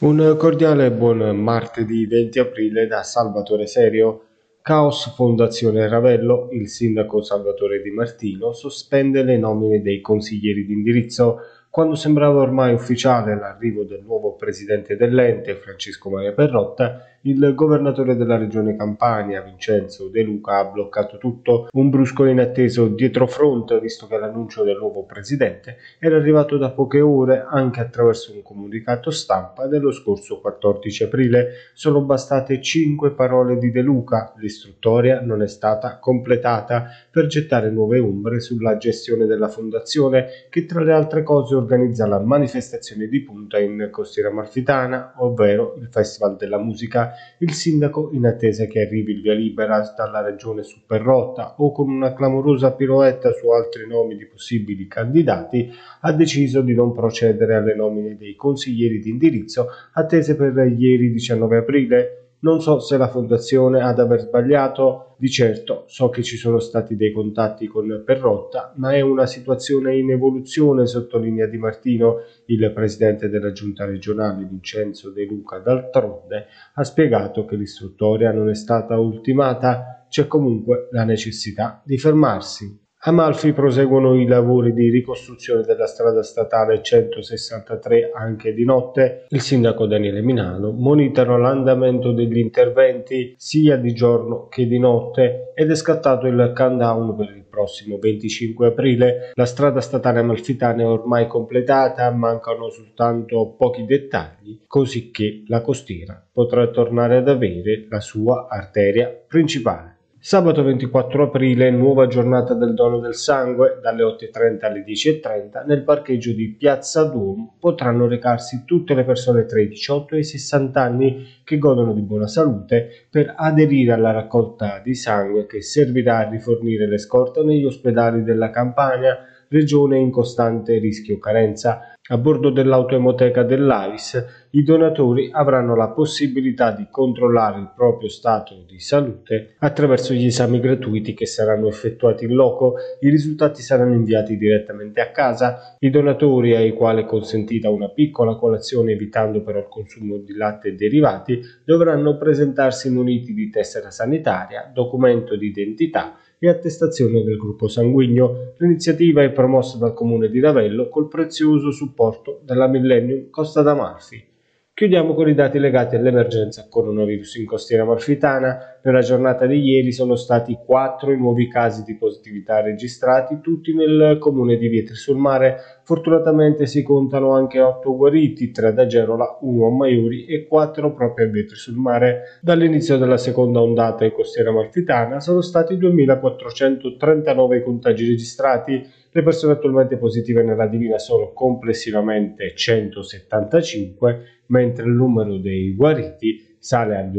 Un cordiale buon martedì 20 aprile da Salvatore Serio. Caos Fondazione Ravello, il sindaco Salvatore Di Martino sospende le nomine dei consiglieri di indirizzo. Quando sembrava ormai ufficiale l'arrivo del nuovo presidente dell'ente, Francesco Maria Perrotta, il governatore della regione Campania, Vincenzo De Luca, ha bloccato tutto. Un brusco e inatteso dietrofront, visto che l'annuncio del nuovo presidente era arrivato da poche ore anche attraverso un comunicato stampa dello scorso 14 aprile. Sono bastate 5 parole di De Luca: l'istruttoria non è stata completata, per gettare nuove ombre sulla gestione della fondazione, che tra le altre cose organizza la manifestazione di punta in Costiera Amalfitana, ovvero il Festival della Musica. Il sindaco, in attesa che arrivi il via libera dalla regione su Perrotta o con una clamorosa piroetta su altri nomi di possibili candidati, ha deciso di non procedere alle nomine dei consiglieri di indirizzo attese per ieri 19 aprile. Non so se la fondazione ad aver sbagliato, di certo so che ci sono stati dei contatti con Perrotta, ma è una situazione in evoluzione, sottolinea Di Martino. Il presidente della giunta regionale Vincenzo De Luca, d'altronde, ha spiegato che l'istruttoria non è stata ultimata, c'è comunque la necessità di fermarsi. A Amalfi proseguono i lavori di ricostruzione della strada statale 163 anche di notte. Il sindaco Daniele Minano monitora l'andamento degli interventi sia di giorno che di notte ed è scattato il countdown per il prossimo 25 aprile. La strada statale amalfitana è ormai completata, mancano soltanto pochi dettagli, così che la costiera potrà tornare ad avere la sua arteria principale. Sabato 24 aprile, nuova giornata del dono del sangue, dalle 8:30 alle 10:30, nel parcheggio di Piazza Duomo potranno recarsi tutte le persone tra i 18 e i 60 anni che godono di buona salute per aderire alla raccolta di sangue che servirà a rifornire le scorte negli ospedali della Campania, regione in costante rischio carenza. A bordo dell'autoemoteca dell'AIS i donatori avranno la possibilità di controllare il proprio stato di salute attraverso gli esami gratuiti che saranno effettuati in loco. I risultati saranno inviati direttamente a casa. I donatori, ai quali è consentita una piccola colazione evitando però il consumo di latte e derivati, dovranno presentarsi muniti di tessera sanitaria, documento di identità e attestazione del gruppo sanguigno. L'iniziativa è promossa dal comune di Ravello col prezioso supporto della Millennium Costa d'Amalfi. Chiudiamo con i dati legati all'emergenza coronavirus in Costiera Amalfitana. Nella giornata di ieri sono stati 4 i nuovi casi di positività registrati, tutti nel comune di Vietri sul Mare. Fortunatamente si contano anche 8 guariti, 3 da Gerola, 1 a Maiuri e 4 proprio a Vietri sul Mare. Dall'inizio della seconda ondata in Costiera Amalfitana sono stati 2439 i contagi registrati. Le persone attualmente positive nella Divina sono complessivamente 175, mentre il numero dei guariti sale a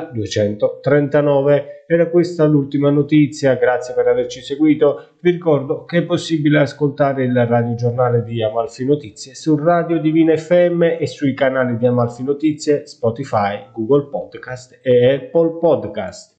2239. Era questa l'ultima notizia, grazie per averci seguito. Vi ricordo che è possibile ascoltare il radiogiornale di Amalfi Notizie su Radio Divina FM e sui canali di Amalfi Notizie, Spotify, Google Podcast e Apple Podcast.